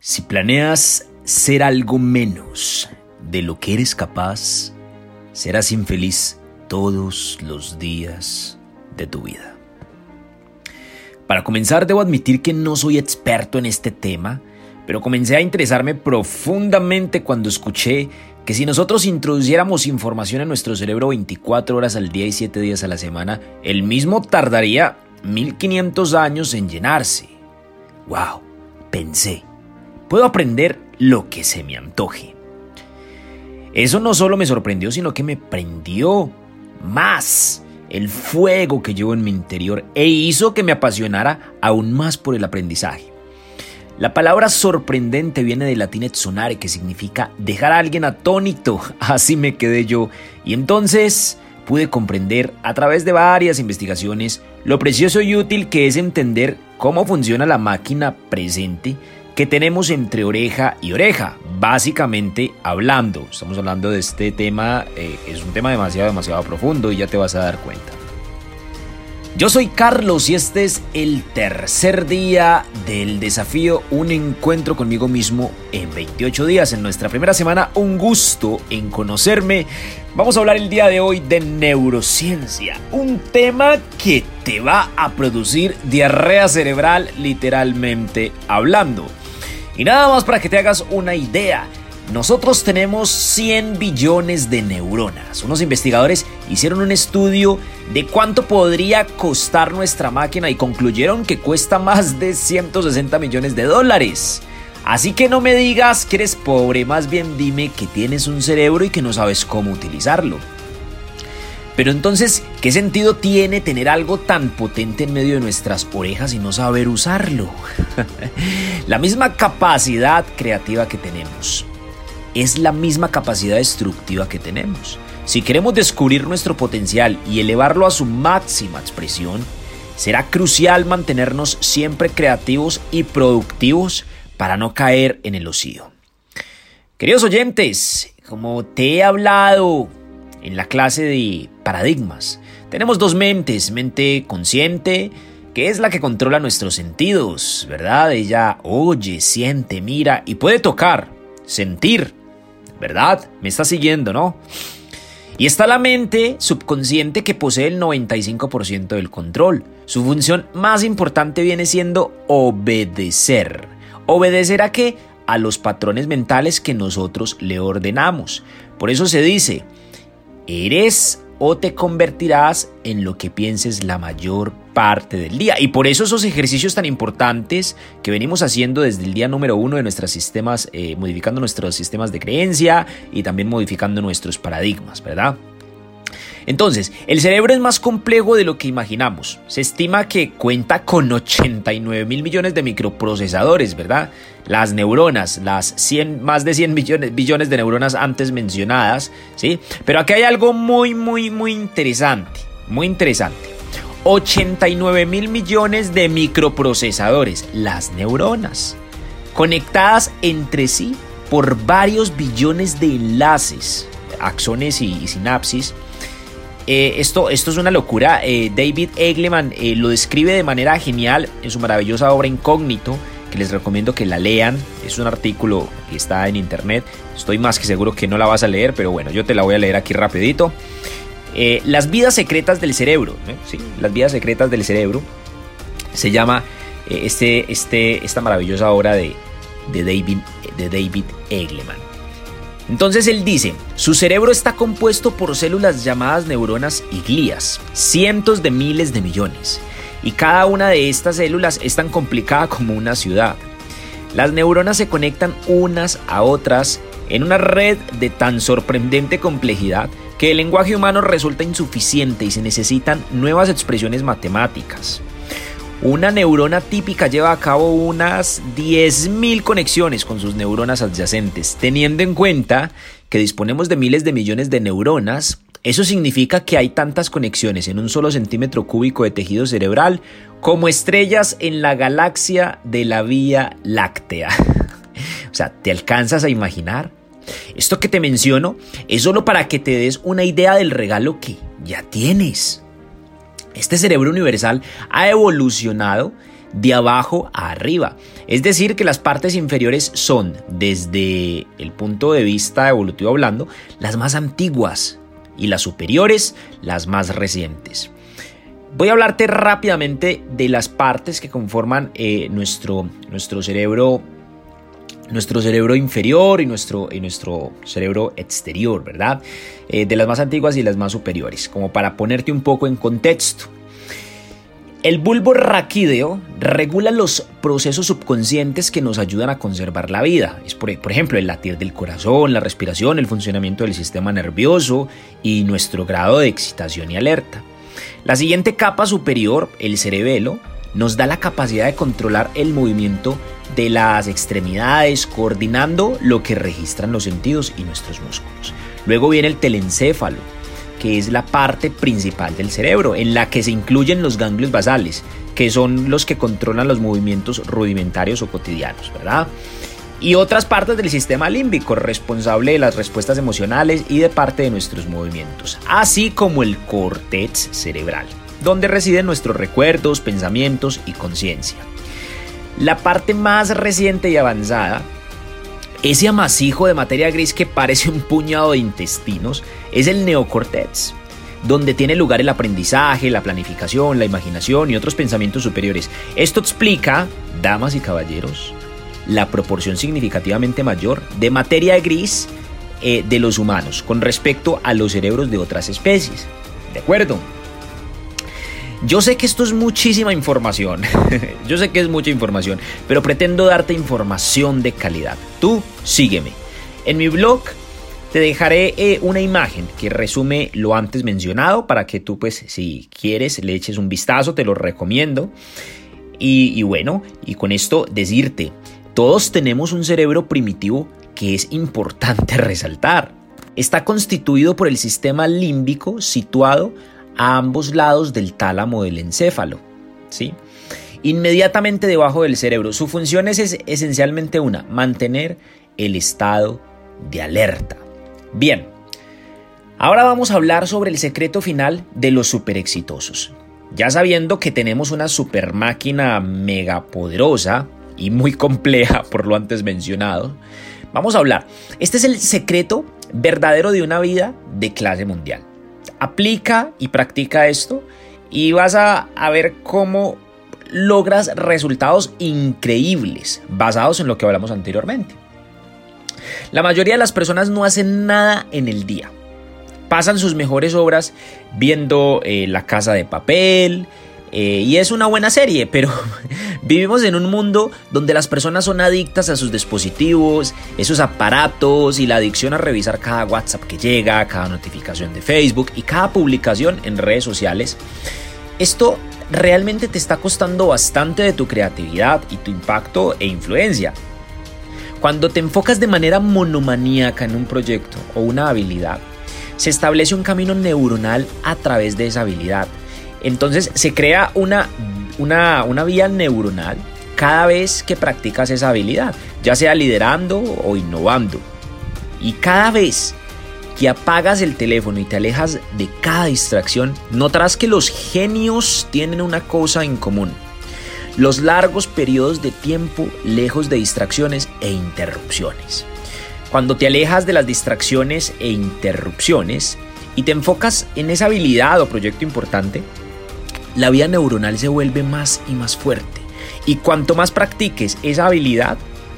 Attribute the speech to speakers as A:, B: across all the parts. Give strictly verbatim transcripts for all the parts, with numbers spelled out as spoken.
A: Si planeas ser algo menos de lo que eres capaz, serás infeliz todos los días de tu vida. Para comenzar, debo admitir que no soy experto en este tema, pero comencé a interesarme profundamente cuando escuché que si nosotros introduciéramos información en nuestro cerebro veinticuatro horas al día y siete días a la semana, el mismo tardaría mil quinientos años en llenarse. ¡Wow! Pensé, puedo aprender lo que se me antoje. Eso no solo me sorprendió, sino que me prendió más el fuego que llevo en mi interior e hizo que me apasionara aún más por el aprendizaje. La palabra sorprendente viene del latín exonare, que significa dejar a alguien atónito. Así me quedé yo. Y entonces pude comprender a través de varias investigaciones lo precioso y útil que es entender cómo funciona la máquina presente que tenemos entre oreja y oreja, básicamente hablando. Estamos hablando de este tema, eh, es un tema demasiado, demasiado profundo y ya te vas a dar cuenta. Yo soy Carlos y este es el tercer día del desafío Un Encuentro Conmigo Mismo en veintiocho días. En nuestra primera semana, un gusto en conocerme. Vamos a hablar el día de hoy de neurociencia, un tema que te va a producir diarrea cerebral, literalmente hablando. Y nada más para que te hagas una idea, nosotros tenemos cien billones de neuronas. Unos investigadores hicieron un estudio de cuánto podría costar nuestra máquina y concluyeron que cuesta más de ciento sesenta millones de dólares. Así que no me digas que eres pobre, más bien dime que tienes un cerebro y que no sabes cómo utilizarlo. Pero entonces, ¿qué sentido tiene tener algo tan potente en medio de nuestras orejas y no saber usarlo? La misma capacidad creativa que tenemos es la misma capacidad destructiva que tenemos. Si queremos descubrir nuestro potencial y elevarlo a su máxima expresión, será crucial mantenernos siempre creativos y productivos para no caer en el ocio. Queridos oyentes, como te he hablado en la clase de paradigmas, tenemos dos mentes, mente consciente, que es la que controla nuestros sentidos, ¿verdad? Ella oye, siente, mira y puede tocar, sentir, ¿verdad? Me está siguiendo, ¿no? Y está la mente subconsciente que posee el noventa y cinco por ciento del control. Su función más importante viene siendo obedecer. ¿Obedecer a qué? A los patrones mentales que nosotros le ordenamos. Por eso se dice, eres o te convertirás en lo que pienses la mayor parte del día. Y por eso esos ejercicios tan importantes que venimos haciendo desde el día número uno de nuestros sistemas, eh, modificando nuestros sistemas de creencia y también modificando nuestros paradigmas, ¿verdad? Entonces, el cerebro es más complejo de lo que imaginamos. Se estima que cuenta con ochenta y nueve mil millones de microprocesadores, ¿verdad? Las neuronas, las cien, más de cien millones, billones de neuronas antes mencionadas, ¿sí? Pero aquí hay algo muy, muy, muy interesante, muy interesante. ochenta y nueve mil millones de microprocesadores, las neuronas, conectadas entre sí por varios billones de enlaces, axones y, y sinapsis. Eh, esto, esto es una locura. eh, David Eagleman eh, lo describe de manera genial en su maravillosa obra Incógnito, que les recomiendo que la lean. Es un artículo que está en internet. Estoy más que seguro que no la vas a leer, pero bueno, yo te la voy a leer aquí rapidito. Eh, las vidas secretas del cerebro, ¿eh? Sí, las vidas secretas del cerebro. Se llama eh, este, este, esta maravillosa obra de, de, David, de David Eagleman. Entonces él dice, su cerebro está compuesto por células llamadas neuronas y glías, cientos de miles de millones, y cada una de estas células es tan complicada como una ciudad. Las neuronas se conectan unas a otras en una red de tan sorprendente complejidad que el lenguaje humano resulta insuficiente y se necesitan nuevas expresiones matemáticas. Una neurona típica lleva a cabo unas diez mil conexiones con sus neuronas adyacentes. Teniendo en cuenta que disponemos de miles de millones de neuronas, eso significa que hay tantas conexiones en un solo centímetro cúbico de tejido cerebral como estrellas en la galaxia de la Vía Láctea. O sea, ¿te alcanzas a imaginar? Esto que te menciono es solo para que te des una idea del regalo que ya tienes. Este cerebro universal ha evolucionado de abajo a arriba. Es decir, que las partes inferiores son, desde el punto de vista evolutivo hablando, las más antiguas y las superiores, las más recientes. Voy a hablarte rápidamente de las partes que conforman eh, nuestro, nuestro cerebro nuestro cerebro inferior y nuestro, y nuestro cerebro exterior, ¿verdad? Eh, de las más antiguas y las más superiores, como para ponerte un poco en contexto. El bulbo raquídeo regula los procesos subconscientes que nos ayudan a conservar la vida. Es por, por ejemplo, el latir del corazón, la respiración, el funcionamiento del sistema nervioso y nuestro grado de excitación y alerta. La siguiente capa superior, el cerebelo, nos da la capacidad de controlar el movimiento de las extremidades, coordinando lo que registran los sentidos y nuestros músculos. Luego viene el telencéfalo, que es la parte principal del cerebro, en la que se incluyen los ganglios basales, que son los que controlan los movimientos rudimentarios o cotidianos, ¿verdad? Y otras partes del sistema límbico, responsable de las respuestas emocionales y de parte de nuestros movimientos, así como el córtex cerebral, donde residen nuestros recuerdos, pensamientos y conciencia. La parte más reciente y avanzada, ese amasijo de materia gris que parece un puñado de intestinos, es el neocórtex, donde tiene lugar el aprendizaje, la planificación, la imaginación y otros pensamientos superiores. Esto explica, damas y caballeros, la proporción significativamente mayor de materia gris eh, de los humanos con respecto a los cerebros de otras especies. ¿De acuerdo? Yo sé que esto es muchísima información, yo sé que es mucha información, pero pretendo darte información de calidad. Tú sígueme. En mi blog te dejaré eh, una imagen que resume lo antes mencionado para que tú, pues, si quieres, le eches un vistazo, te lo recomiendo. Y, y bueno, y con esto decirte, todos tenemos un cerebro primitivo que es importante resaltar. Está constituido por el sistema límbico situado a ambos lados del tálamo del encéfalo, ¿sí? Inmediatamente debajo del cerebro. Su función es, es esencialmente una, mantener el estado de alerta. Bien, ahora vamos a hablar sobre el secreto final de los superexitosos. Ya sabiendo que tenemos una super máquina megapoderosa y muy compleja por lo antes mencionado, vamos a hablar. Este es el secreto verdadero de una vida de clase mundial. Aplica y practica esto y vas a, a ver cómo logras resultados increíbles basados en lo que hablamos anteriormente. La mayoría de las personas no hacen nada en el día. Pasan sus mejores horas viendo eh, La Casa de Papel, eh, y es una buena serie, pero vivimos en un mundo donde las personas son adictas a sus dispositivos, esos aparatos y la adicción a revisar cada WhatsApp que llega, cada notificación de Facebook y cada publicación en redes sociales. Esto realmente te está costando bastante de tu creatividad y tu impacto e influencia. Cuando te enfocas de manera monomaníaca en un proyecto o una habilidad, se establece un camino neuronal a través de esa habilidad. Entonces se crea una, una, una vía neuronal cada vez que practicas esa habilidad, ya sea liderando o innovando. Y cada vez que apagas el teléfono y te alejas de cada distracción, notarás que los genios tienen una cosa en común: los largos periodos de tiempo lejos de distracciones e interrupciones. Cuando te alejas de las distracciones e interrupciones y te enfocas en esa habilidad o proyecto importante, la vía neuronal se vuelve más y más fuerte. Y cuanto más practiques esa habilidad,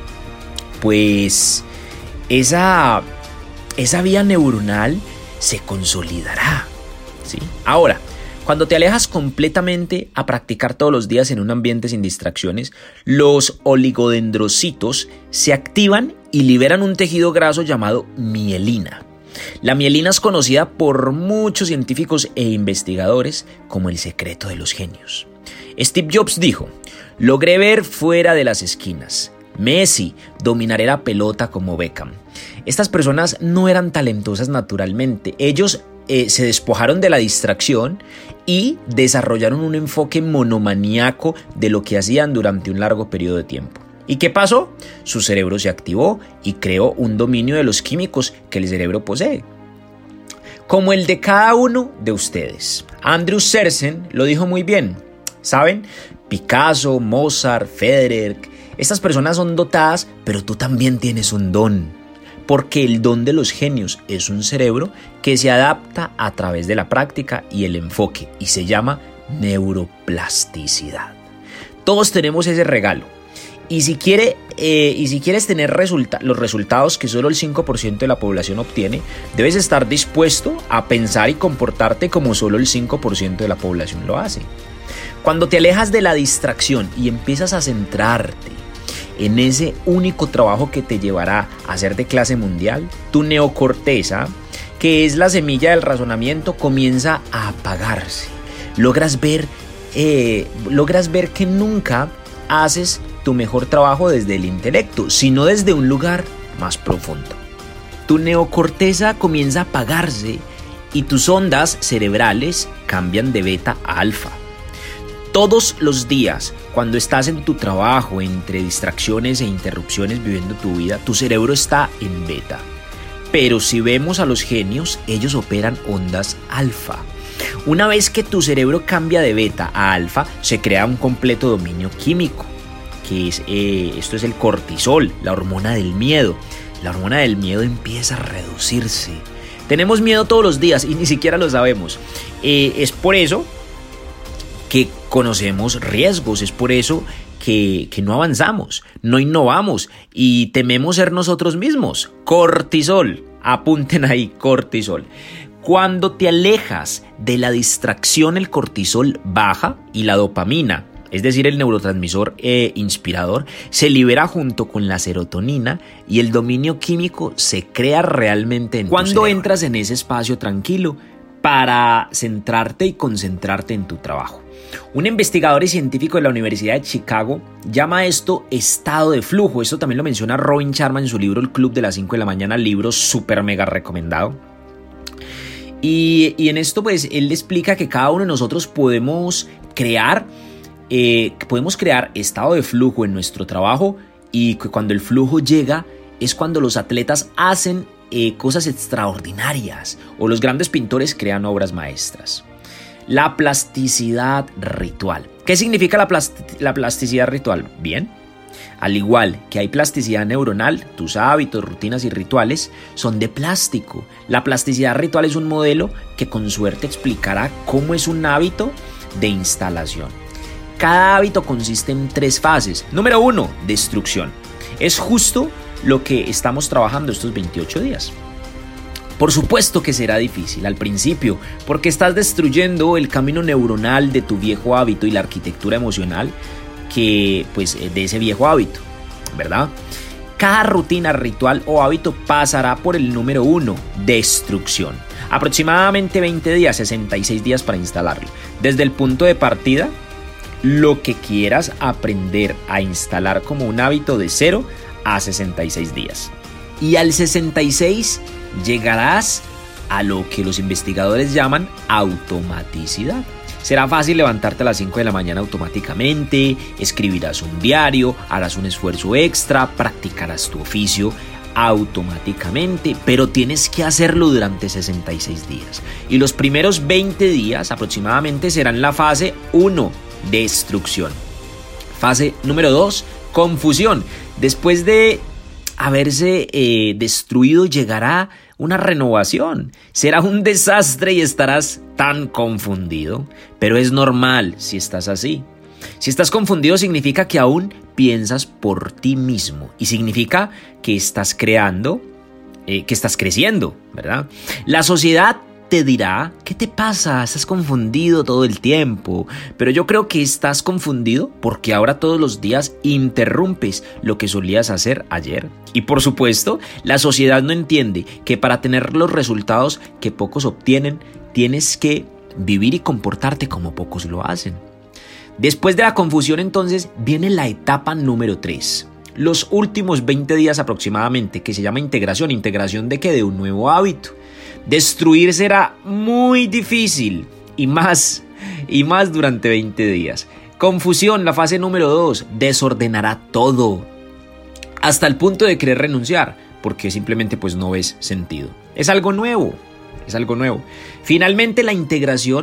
A: pues esa, esa vía neuronal se consolidará, ¿sí? Ahora, cuando te alejas completamente a practicar todos los días en un ambiente sin distracciones, los oligodendrocitos se activan y liberan un tejido graso llamado mielina. La mielina es conocida por muchos científicos e investigadores como el secreto de los genios. Steve Jobs dijo: logré ver fuera de las esquinas. Messi, dominaré la pelota como Beckham. Estas personas no eran talentosas naturalmente. Ellos eh, se despojaron de la distracción y desarrollaron un enfoque monomaníaco de lo que hacían durante un largo periodo de tiempo. ¿Y qué pasó? Su cerebro se activó y creó un dominio de los químicos que el cerebro posee, como el de cada uno de ustedes. Andrew Sersen lo dijo muy bien. ¿Saben? Picasso, Mozart, Federer. Estas personas son dotadas, pero tú también tienes un don. Porque el don de los genios es un cerebro que se adapta a través de la práctica y el enfoque y se llama neuroplasticidad. Todos tenemos ese regalo. Y si, quiere, eh, y si quieres tener resulta- los resultados que solo el cinco por ciento de la población obtiene, debes estar dispuesto a pensar y comportarte como solo el cinco por ciento de la población lo hace. Cuando te alejas de la distracción y empiezas a centrarte en ese único trabajo que te llevará a ser de clase mundial, tu neocorteza, que es la semilla del razonamiento, comienza a apagarse. Logras ver, eh, logras ver que nunca haces tu mejor trabajo desde el intelecto, sino desde un lugar más profundo. Tu neocorteza comienza a apagarse y tus ondas cerebrales cambian de beta a alfa. Todos los días, cuando estás en tu trabajo, entre distracciones e interrupciones viviendo tu vida, tu cerebro está en beta. Pero si vemos a los genios, ellos operan ondas alfa. Una vez que tu cerebro cambia de beta a alfa, se crea un completo dominio químico. Que es, eh, esto es el cortisol, la hormona del miedo. La hormona del miedo empieza a reducirse. Tenemos miedo todos los días y ni siquiera lo sabemos. Eh, es por eso que conocemos riesgos, es por eso que, que no avanzamos, no innovamos y tememos ser nosotros mismos. Cortisol, apunten ahí, cortisol. Cuando te alejas de la distracción, el cortisol baja y la dopamina, es decir, el neurotransmisor eh, inspirador, se libera junto con la serotonina y el dominio químico se crea realmente en tu cerebro. Cuando entras en ese espacio tranquilo para centrarte y concentrarte en tu trabajo. Un investigador y científico de la Universidad de Chicago llama esto estado de flujo. Esto también lo menciona Robin Sharma en su libro El Club de las cinco de la mañana, libro súper mega recomendado. Y, y en esto pues él explica que cada uno de nosotros podemos crear Eh, podemos crear estado de flujo en nuestro trabajo y que cuando el flujo llega es cuando los atletas hacen eh, cosas extraordinarias o los grandes pintores crean obras maestras. La plasticidad ritual. ¿Qué significa la, plasti- la plasticidad ritual? Bien, al igual que hay plasticidad neuronal, tus hábitos, rutinas y rituales son de plástico. La plasticidad ritual es un modelo que con suerte explicará cómo es un hábito de instalación. Cada hábito consiste en tres fases. Número uno, destrucción. Es justo lo que estamos trabajando estos veintiocho días. Por supuesto que será difícil al principio, porque estás destruyendo el camino neuronal de tu viejo hábito y la arquitectura emocional que, pues, de ese viejo hábito, ¿verdad? Cada rutina, ritual o hábito pasará por el número uno, destrucción. Aproximadamente veinte días, sesenta y seis días para instalarlo. Desde el punto de partida, lo que quieras aprender a instalar como un hábito de cero a sesenta y seis días. Y al sesenta y seis llegarás a lo que los investigadores llaman automaticidad. Será fácil levantarte a las cinco de la mañana automáticamente, escribirás un diario, harás un esfuerzo extra, practicarás tu oficio automáticamente, pero tienes que hacerlo durante sesenta y seis días. Y los primeros veinte días aproximadamente serán la fase uno, destrucción. Fase número dos, confusión. Después de haberse eh, destruido llegará una renovación. Será un desastre y estarás tan confundido, pero es normal si estás así. Si estás confundido significa que aún piensas por ti mismo y significa que estás creando, eh, que estás creciendo, ¿verdad? La sociedad te dirá, ¿qué te pasa? Estás confundido todo el tiempo. Pero yo creo que estás confundido porque ahora todos los días interrumpes lo que solías hacer ayer. Y por supuesto, la sociedad no entiende que para tener los resultados que pocos obtienen, tienes que vivir y comportarte como pocos lo hacen. Después de la confusión, entonces, viene la etapa número tres. Los últimos veinte días aproximadamente, que se llama integración. ¿Integración de qué? De un nuevo hábito. Destruir será muy difícil y más, y más durante veinte días. Confusión, la fase número dos, desordenará todo. Hasta el punto de querer renunciar, porque simplemente pues no ves sentido. Es algo nuevo, es algo nuevo. Finalmente la integración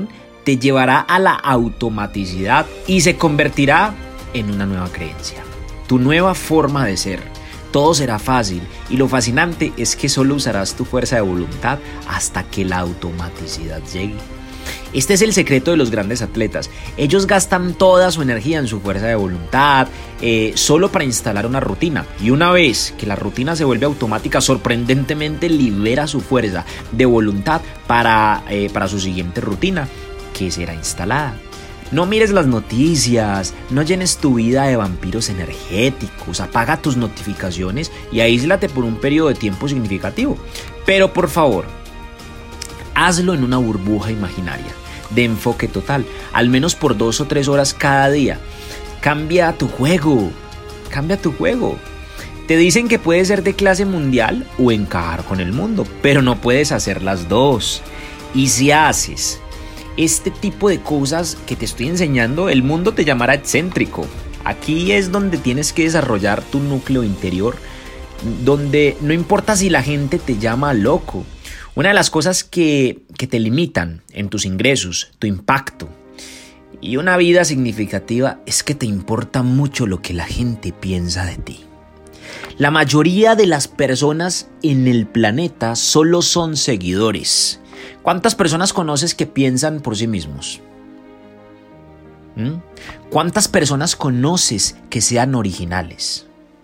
A: te llevará a la automaticidad y se convertirá en una nueva creencia, tu nueva forma de ser. Todo será fácil y lo fascinante es que solo usarás tu fuerza de voluntad hasta que la automaticidad llegue. Este es el secreto de los grandes atletas. Ellos gastan toda su energía en su fuerza de voluntad, eh, solo para instalar una rutina. Y una vez que la rutina se vuelve automática, sorprendentemente libera su fuerza de voluntad para, eh, para su siguiente rutina, que será instalada. No mires las noticias, no llenes tu vida de vampiros energéticos, apaga tus notificaciones y aíslate por un periodo de tiempo significativo. Pero por favor, hazlo en una burbuja imaginaria, de enfoque total, al menos por dos o tres horas cada día. Cambia tu juego, cambia tu juego. Te dicen que puedes ser de clase mundial o encajar con el mundo, pero no puedes hacer las dos. Y si haces este tipo de cosas que te estoy enseñando, el mundo te llamará excéntrico. Aquí es donde tienes que desarrollar tu núcleo interior, donde no importa si la gente te llama loco. Una de las cosas que, que te limitan en tus ingresos, tu impacto y una vida significativa es que te importa mucho lo que la gente piensa de ti. La mayoría de las personas en el planeta solo son seguidores. ¿Cuántas personas conoces que piensan por sí mismos? ¿Mm? ¿Cuántas personas conoces que sean originales?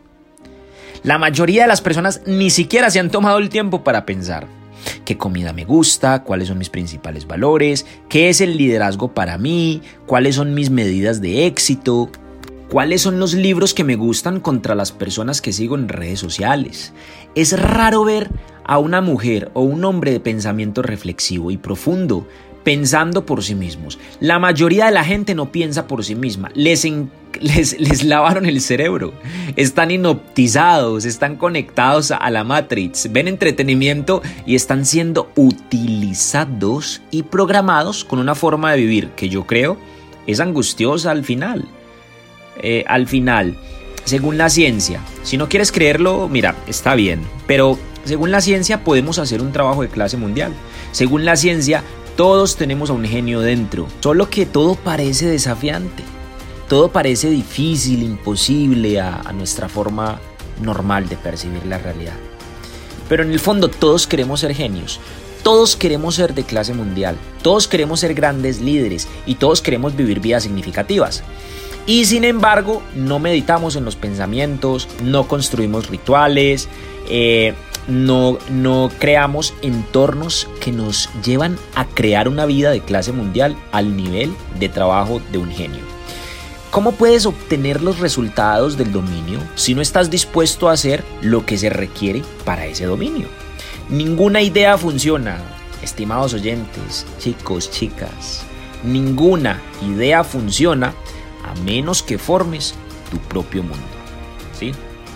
A: La mayoría de las personas ni siquiera se han tomado el tiempo para pensar. ¿Qué comida me gusta? ¿Cuáles son mis principales valores? ¿Qué es el liderazgo para mí? ¿Cuáles son mis medidas de éxito? ¿Cuáles son los libros que me gustan contra las personas que sigo en redes sociales? Es raro ver a una mujer o un hombre de pensamiento reflexivo y profundo pensando por sí mismos. La mayoría de la gente no piensa por sí misma. Les, en, les, les lavaron el cerebro. Están hipnotizados, están conectados a la Matrix, ven entretenimiento y están siendo utilizados y programados con una forma de vivir que yo creo es angustiosa al final. Eh, al final, según la ciencia, si no quieres creerlo, mira, está bien, pero según la ciencia podemos hacer un trabajo de clase mundial. Según la ciencia, todos tenemos a un genio dentro, solo que todo parece desafiante, todo parece difícil, imposible a, a nuestra forma normal de percibir la realidad. Pero en el fondo todos queremos ser genios, todos queremos ser de clase mundial, todos queremos ser grandes líderes y todos queremos vivir vidas significativas. Y sin embargo, no meditamos en los pensamientos, no construimos rituales, eh, no, no creamos entornos que nos llevan a crear una vida de clase mundial al nivel de trabajo de un genio. ¿Cómo puedes obtener los resultados del dominio si no estás dispuesto a hacer lo que se requiere para ese dominio? Ninguna idea funciona, estimados oyentes, chicos, chicas. Ninguna idea funciona a menos que formes tu propio mundo, ¿sí?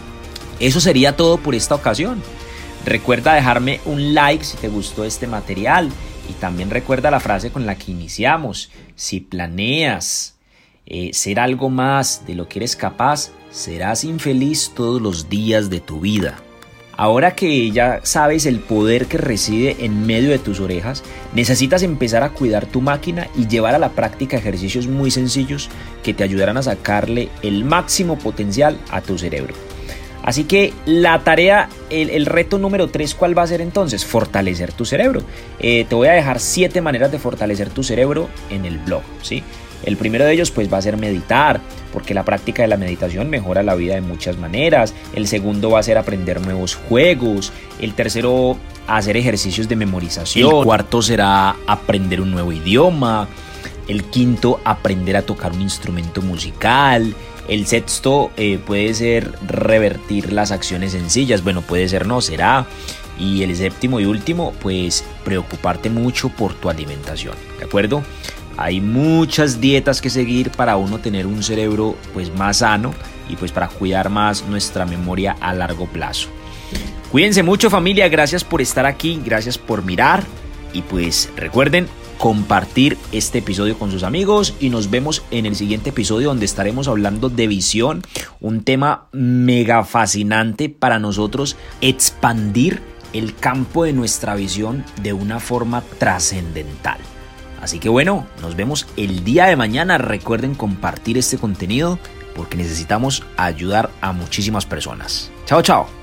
A: Eso sería todo por esta ocasión. Recuerda dejarme un like si te gustó este material y también recuerda la frase con la que iniciamos. Si planeas eh, ser algo más de lo que eres capaz, serás infeliz todos los días de tu vida. Ahora que ya sabes el poder que reside en medio de tus orejas, necesitas empezar a cuidar tu máquina y llevar a la práctica ejercicios muy sencillos que te ayudarán a sacarle el máximo potencial a tu cerebro. Así que la tarea, el, el reto número tres, ¿cuál va a ser entonces? Fortalecer tu cerebro. Eh, te voy a dejar siete maneras de fortalecer tu cerebro en el blog, ¿sí? El primero de ellos pues va a ser meditar, porque la práctica de la meditación mejora la vida de muchas maneras. El segundo va a ser aprender nuevos juegos. El tercero, hacer ejercicios de memorización. El cuarto será aprender un nuevo idioma. El quinto, aprender a tocar un instrumento musical. El sexto eh, puede ser revertir las acciones sencillas. Bueno, puede ser no, será. Y el séptimo y último, pues preocuparte mucho por tu alimentación, ¿de acuerdo? Hay muchas dietas que seguir para uno tener un cerebro pues más sano y pues para cuidar más nuestra memoria a largo plazo. Cuídense mucho, familia, gracias por estar aquí, gracias por mirar y pues recuerden compartir este episodio con sus amigos y nos vemos en el siguiente episodio donde estaremos hablando de visión, un tema mega fascinante para nosotros, expandir el campo de nuestra visión de una forma trascendental. Así que bueno, nos vemos el día de mañana. Recuerden compartir este contenido porque necesitamos ayudar a muchísimas personas. Chao, chao.